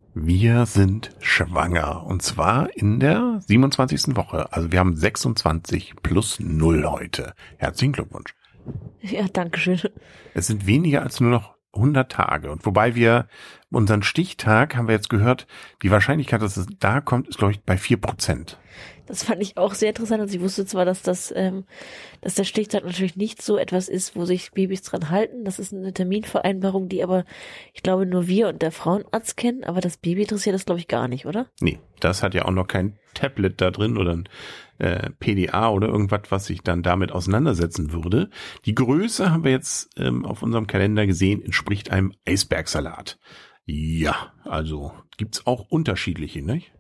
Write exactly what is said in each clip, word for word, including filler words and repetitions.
Wir sind schwanger und zwar in der siebenundzwanzigsten Woche. Also wir haben sechsundzwanzig plus null heute. Herzlichen Glückwunsch. Ja, danke schön. Es sind weniger als nur noch hundert Tage. Und wobei wir unseren Stichtag, haben wir jetzt gehört, die Wahrscheinlichkeit, dass es da kommt, ist, glaube ich, bei vier Prozent. Das fand ich auch sehr interessant. Also ich wusste zwar, dass das, ähm, dass der Stichtag natürlich nicht so etwas ist, wo sich Babys dran halten. Das ist eine Terminvereinbarung, die aber, ich glaube, nur wir und der Frauenarzt kennen. Aber das Baby interessiert das, glaube ich, gar nicht, oder? Nee, das hat ja auch noch kein Tablet da drin oder ein äh, P D A oder irgendwas, was sich dann damit auseinandersetzen würde. Die Größe haben wir jetzt ähm, auf unserem Kalender gesehen, entspricht einem Eisbergsalat. Ja, also gibt's auch unterschiedliche, nicht?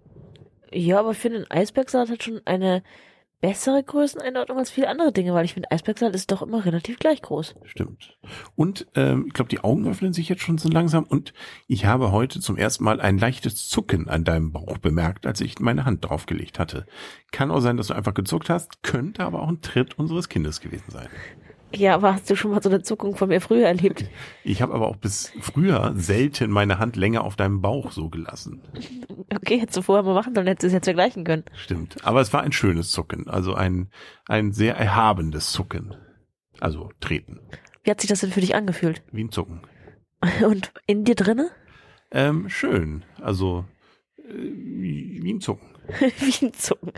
Ja, aber ich finde, ein Eisbergsalat hat schon eine bessere Größeneinordnung als viele andere Dinge, weil ich finde, Eisbergsalat ist doch immer relativ gleich groß. Stimmt. Und ähm, ich glaube, die Augen öffnen sich jetzt schon so langsam und ich habe heute zum ersten Mal ein leichtes Zucken an deinem Bauch bemerkt, als ich meine Hand draufgelegt hatte. Kann auch sein, dass du einfach gezuckt hast, könnte aber auch ein Tritt unseres Kindes gewesen sein. Ja, aber hast du schon mal so eine Zuckung von mir früher erlebt? Ich habe aber auch bis früher selten meine Hand länger auf deinem Bauch so gelassen. Okay, hättest du vorher mal machen sollen, hättest du es jetzt vergleichen können. Stimmt, aber es war ein schönes Zucken, also ein ein sehr erhabendes Zucken. Also treten. Wie hat sich das denn für dich angefühlt? Wie ein Zucken. Und in dir drinne? Ähm, schön, also äh, wie ein Zucken. Wie ein Zucken.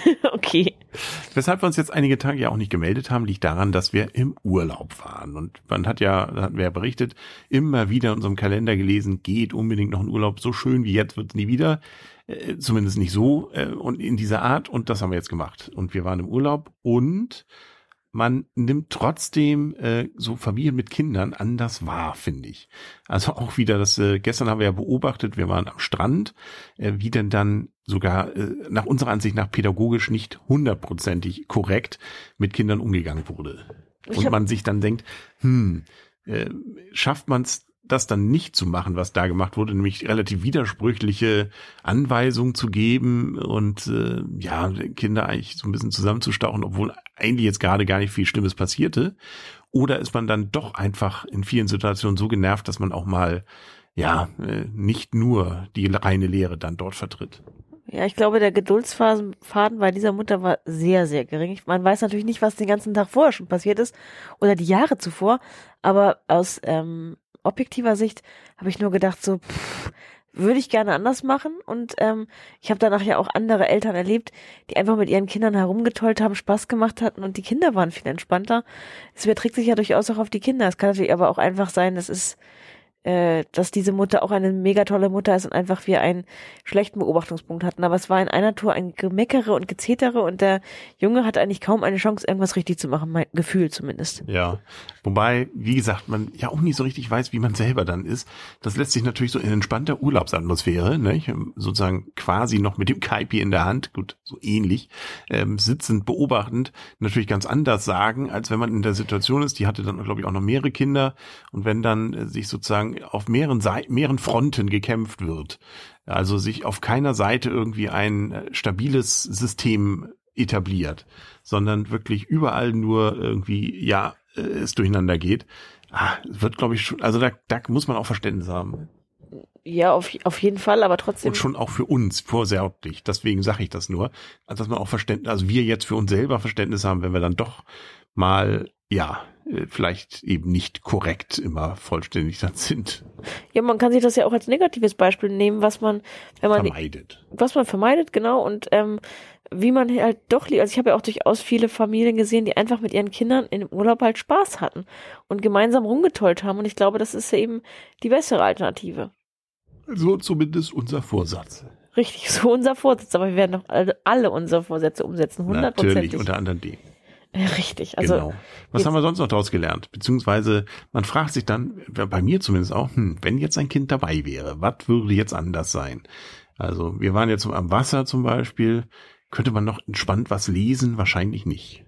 Okay. Weshalb wir uns jetzt einige Tage ja auch nicht gemeldet haben, liegt daran, dass wir im Urlaub waren. Und man hat ja, da hatten wir ja berichtet, immer wieder in unserem Kalender gelesen, geht unbedingt noch in Urlaub, so schön wie jetzt wird es nie wieder. Äh, zumindest nicht so äh, und in dieser Art. Und das haben wir jetzt gemacht. Und wir waren im Urlaub und man nimmt trotzdem äh, so Familien mit Kindern anders wahr, finde ich. Also auch wieder, das äh, gestern haben wir ja beobachtet, wir waren am Strand, äh, wie denn dann sogar äh, nach unserer Ansicht nach pädagogisch nicht hundertprozentig korrekt mit Kindern umgegangen wurde. Und man sich dann denkt, hm, äh, schafft man es, das dann nicht zu machen, was da gemacht wurde, nämlich relativ widersprüchliche Anweisungen zu geben und äh, ja, Kinder eigentlich so ein bisschen zusammenzustauchen, obwohl eigentlich jetzt gerade gar nicht viel Schlimmes passierte. Oder ist man dann doch einfach in vielen Situationen so genervt, dass man auch mal ja äh, nicht nur die reine Lehre dann dort vertritt? Ja, ich glaube, der Geduldsfaden bei dieser Mutter war sehr, sehr gering. Man weiß natürlich nicht, was den ganzen Tag vorher schon passiert ist oder die Jahre zuvor, aber aus ähm, objektiver Sicht habe ich nur gedacht, so pff, würde ich gerne anders machen. Und ähm, ich habe danach ja auch andere Eltern erlebt, die einfach mit ihren Kindern herumgetollt haben, Spaß gemacht hatten und die Kinder waren viel entspannter. Es überträgt sich ja durchaus auch auf die Kinder. Es kann natürlich aber auch einfach sein, dass es äh, dass diese Mutter auch eine mega tolle Mutter ist und einfach wir einen schlechten Beobachtungspunkt hatten. Aber es war in einer Tour ein Gemeckere und Gezetere und der Junge hatte eigentlich kaum eine Chance, irgendwas richtig zu machen, mein Gefühl zumindest. Ja, wobei, wie gesagt, man ja auch nicht so richtig weiß, wie man selber dann ist. Das lässt sich natürlich so in entspannter Urlaubsatmosphäre, ne, sozusagen quasi noch mit dem Kaipi in der Hand, gut, so ähnlich, ähm, sitzend, beobachtend, natürlich ganz anders sagen, als wenn man in der Situation ist, die hatte dann, glaube ich, auch noch mehrere Kinder und wenn dann äh, sich sozusagen auf mehreren Seiten, mehreren Fronten gekämpft wird. Also sich auf keiner Seite irgendwie ein äh, stabiles System etabliert, sondern wirklich überall nur irgendwie, ja, äh, es durcheinander geht. Ah, wird, glaube ich, schon, also da, da muss man auch Verständnis haben. Ja, auf, auf jeden Fall, aber trotzdem. Und schon auch für uns, vorsorglich. Deswegen sage ich das nur. Also, dass man auch Verständnis, also wir jetzt für uns selber Verständnis haben, wenn wir dann doch mal, ja, vielleicht eben nicht korrekt immer vollständig dann sind. Ja, man kann sich das ja auch als negatives Beispiel nehmen, was man, wenn man vermeidet. Was man vermeidet, genau, und ähm, wie man halt doch, also ich habe ja auch durchaus viele Familien gesehen, die einfach mit ihren Kindern in dem Urlaub halt Spaß hatten und gemeinsam rumgetollt haben und ich glaube, das ist ja eben die bessere Alternative. So zumindest unser Vorsatz. Richtig, so unser Vorsatz, aber wir werden doch alle, alle unsere Vorsätze umsetzen, hundertprozentig. Natürlich, unter anderem den. Richtig, also. Genau. Was haben wir sonst noch daraus gelernt? Beziehungsweise, man fragt sich dann, bei mir zumindest auch, hm, wenn jetzt ein Kind dabei wäre, was würde jetzt anders sein? Also, wir waren jetzt am Wasser zum Beispiel, könnte man noch entspannt was lesen? Wahrscheinlich nicht.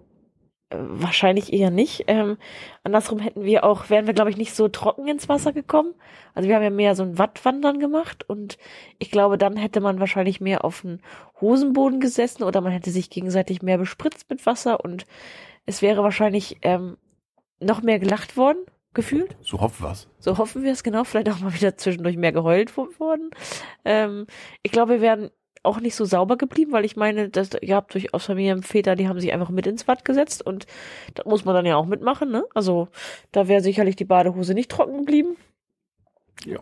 Wahrscheinlich eher nicht. Ähm, andersrum hätten wir auch, wären wir, glaube ich, nicht so trocken ins Wasser gekommen. Also wir haben ja mehr so ein Wattwandern gemacht und ich glaube, dann hätte man wahrscheinlich mehr auf dem Hosenboden gesessen oder man hätte sich gegenseitig mehr bespritzt mit Wasser und es wäre wahrscheinlich ähm, noch mehr gelacht worden. gefühlt. So hoffen wir's. So hoffen wir es, genau. Vielleicht auch mal wieder zwischendurch mehr geheult worden. Ähm, ich glaube, wir wären auch nicht so sauber geblieben, weil ich meine, dass, ihr habt durchaus Familienväter, die haben sich einfach mit ins Bad gesetzt und da muss man dann ja auch mitmachen, ne? Also da wäre sicherlich die Badehose nicht trocken geblieben. Ja.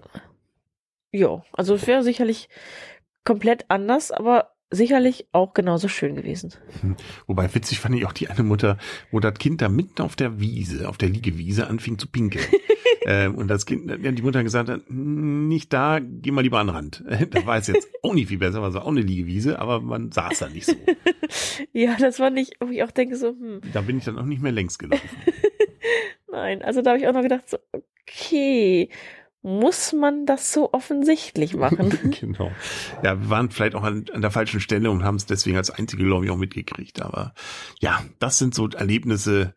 Ja, also es wäre sicherlich komplett anders, aber sicherlich auch genauso schön gewesen. Hm. Wobei witzig fand ich auch die eine Mutter, wo das Kind da mitten auf der Wiese, auf der Liegewiese anfing zu pinkeln. ähm, und das Kind, die Mutter gesagt hat, nicht da, geh mal lieber an den Rand. Da war es jetzt auch nicht viel besser, war es auch eine Liegewiese, aber man saß da nicht so. Ja, das war nicht, wo ich auch denke so, hm. Da bin ich dann auch nicht mehr längs gelaufen. Nein, also da habe ich auch noch gedacht so, okay, muss man das so offensichtlich machen? Genau. Ja, wir waren vielleicht auch an, an der falschen Stelle und haben es deswegen als einzige, glaube ich, auch mitgekriegt. Aber ja, das sind so Erlebnisse,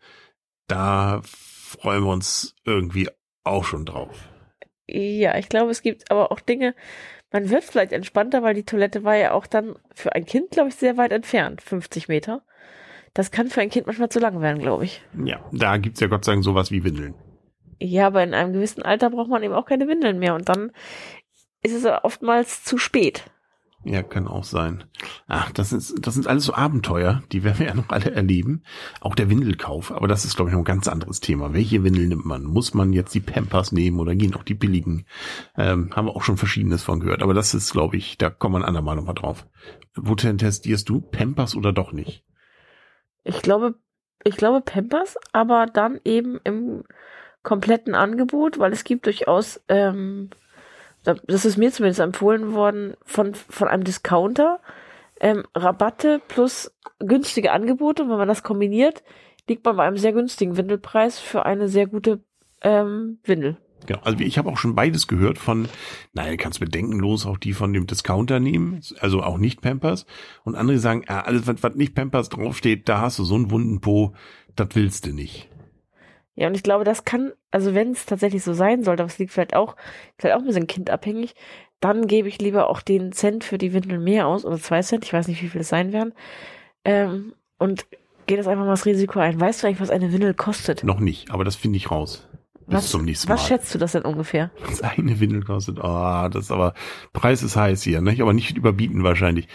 da freuen wir uns irgendwie auch schon drauf. Ja, ich glaube, es gibt aber auch Dinge, man wird vielleicht entspannter, weil die Toilette war ja auch dann für ein Kind, glaube ich, sehr weit entfernt, fünfzig Meter. Das kann für ein Kind manchmal zu lang werden, glaube ich. Ja, da gibt's ja Gott sei Dank sowas wie Windeln. Ja, aber in einem gewissen Alter braucht man eben auch keine Windeln mehr und dann ist es oftmals zu spät. Ja, kann auch sein. Ach, das ist, das sind alles so Abenteuer, die werden wir ja noch alle erleben. Auch der Windelkauf, aber das ist, glaube ich, noch ein ganz anderes Thema. Welche Windel nimmt man? Muss man jetzt die Pampers nehmen oder gehen auch die billigen? Ähm, haben wir auch schon Verschiedenes von gehört. Aber das ist, glaube ich, da kommen wir ein andermal nochmal drauf. Wo testierst du? Pampers oder doch nicht? Ich glaube, ich glaube Pampers, aber dann eben im kompletten Angebot, weil es gibt durchaus, ähm, das ist mir zumindest empfohlen worden, von, von einem Discounter, ähm, Rabatte plus günstige Angebote. Und wenn man das kombiniert, liegt man bei einem sehr günstigen Windelpreis für eine sehr gute ähm, Windel. Genau, also ich habe auch schon beides gehört von, naja, kannst bedenkenlos auch die von dem Discounter nehmen, also auch nicht Pampers. Und andere sagen, ja, alles, was, was nicht Pampers draufsteht, da hast du so einen wunden Po, das willst du nicht. Ja, und ich glaube, das kann, also wenn es tatsächlich so sein sollte, aber es liegt vielleicht auch, vielleicht auch ein bisschen kindabhängig, dann gebe ich lieber auch den Cent für die Windel mehr aus, oder zwei Cent, ich weiß nicht, wie viel es sein werden, ähm, und gehe das einfach mal das Risiko ein. Weißt du eigentlich, was eine Windel kostet? Noch nicht, aber das finde ich raus. Bis was, zum nächsten Mal. Was schätzt du das denn ungefähr? Was eine Windel kostet? Ah, oh, das ist aber, Preis ist heiß hier, ne? Aber nicht überbieten wahrscheinlich.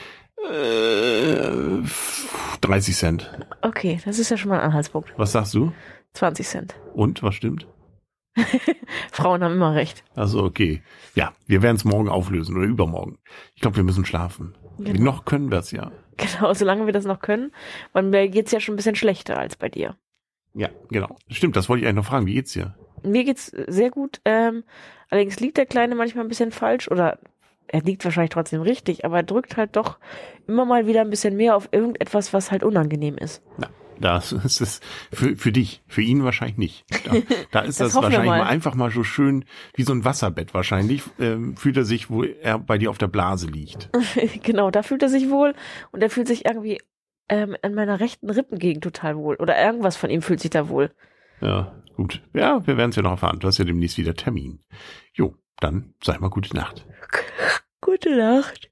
Äh, dreißig Cent. Okay, das ist ja schon mal ein Anhaltspunkt. Was sagst du? zwanzig Cent. Und, was stimmt? Frauen haben immer recht. Also okay. Ja, wir werden es morgen auflösen oder übermorgen. Ich glaube, wir müssen schlafen. Genau. Noch können wir es ja. Genau, solange wir das noch können. Weil mir geht's ja schon ein bisschen schlechter als bei dir. Ja, genau. Stimmt, das wollte ich eigentlich noch fragen. Wie geht's dir? Mir geht's sehr gut. Ähm, allerdings liegt der Kleine manchmal ein bisschen falsch oder er liegt wahrscheinlich trotzdem richtig, aber er drückt halt doch immer mal wieder ein bisschen mehr auf irgendetwas, was halt unangenehm ist. Na, das ist es für, für dich, für ihn wahrscheinlich nicht. Da, da ist das, Das hoffen wir wahrscheinlich mal. mal einfach mal so schön wie so ein Wasserbett wahrscheinlich, ähm, fühlt er sich, wo er bei dir auf der Blase liegt. Genau, da fühlt er sich wohl und er fühlt sich irgendwie ähm, an meiner rechten Rippengegend total wohl oder irgendwas von ihm fühlt sich da wohl. Ja, gut. Ja, wir werden es ja noch erfahren. Du hast ja demnächst wieder Termin. Jo, dann sag mal gute Nacht. Gute Nacht.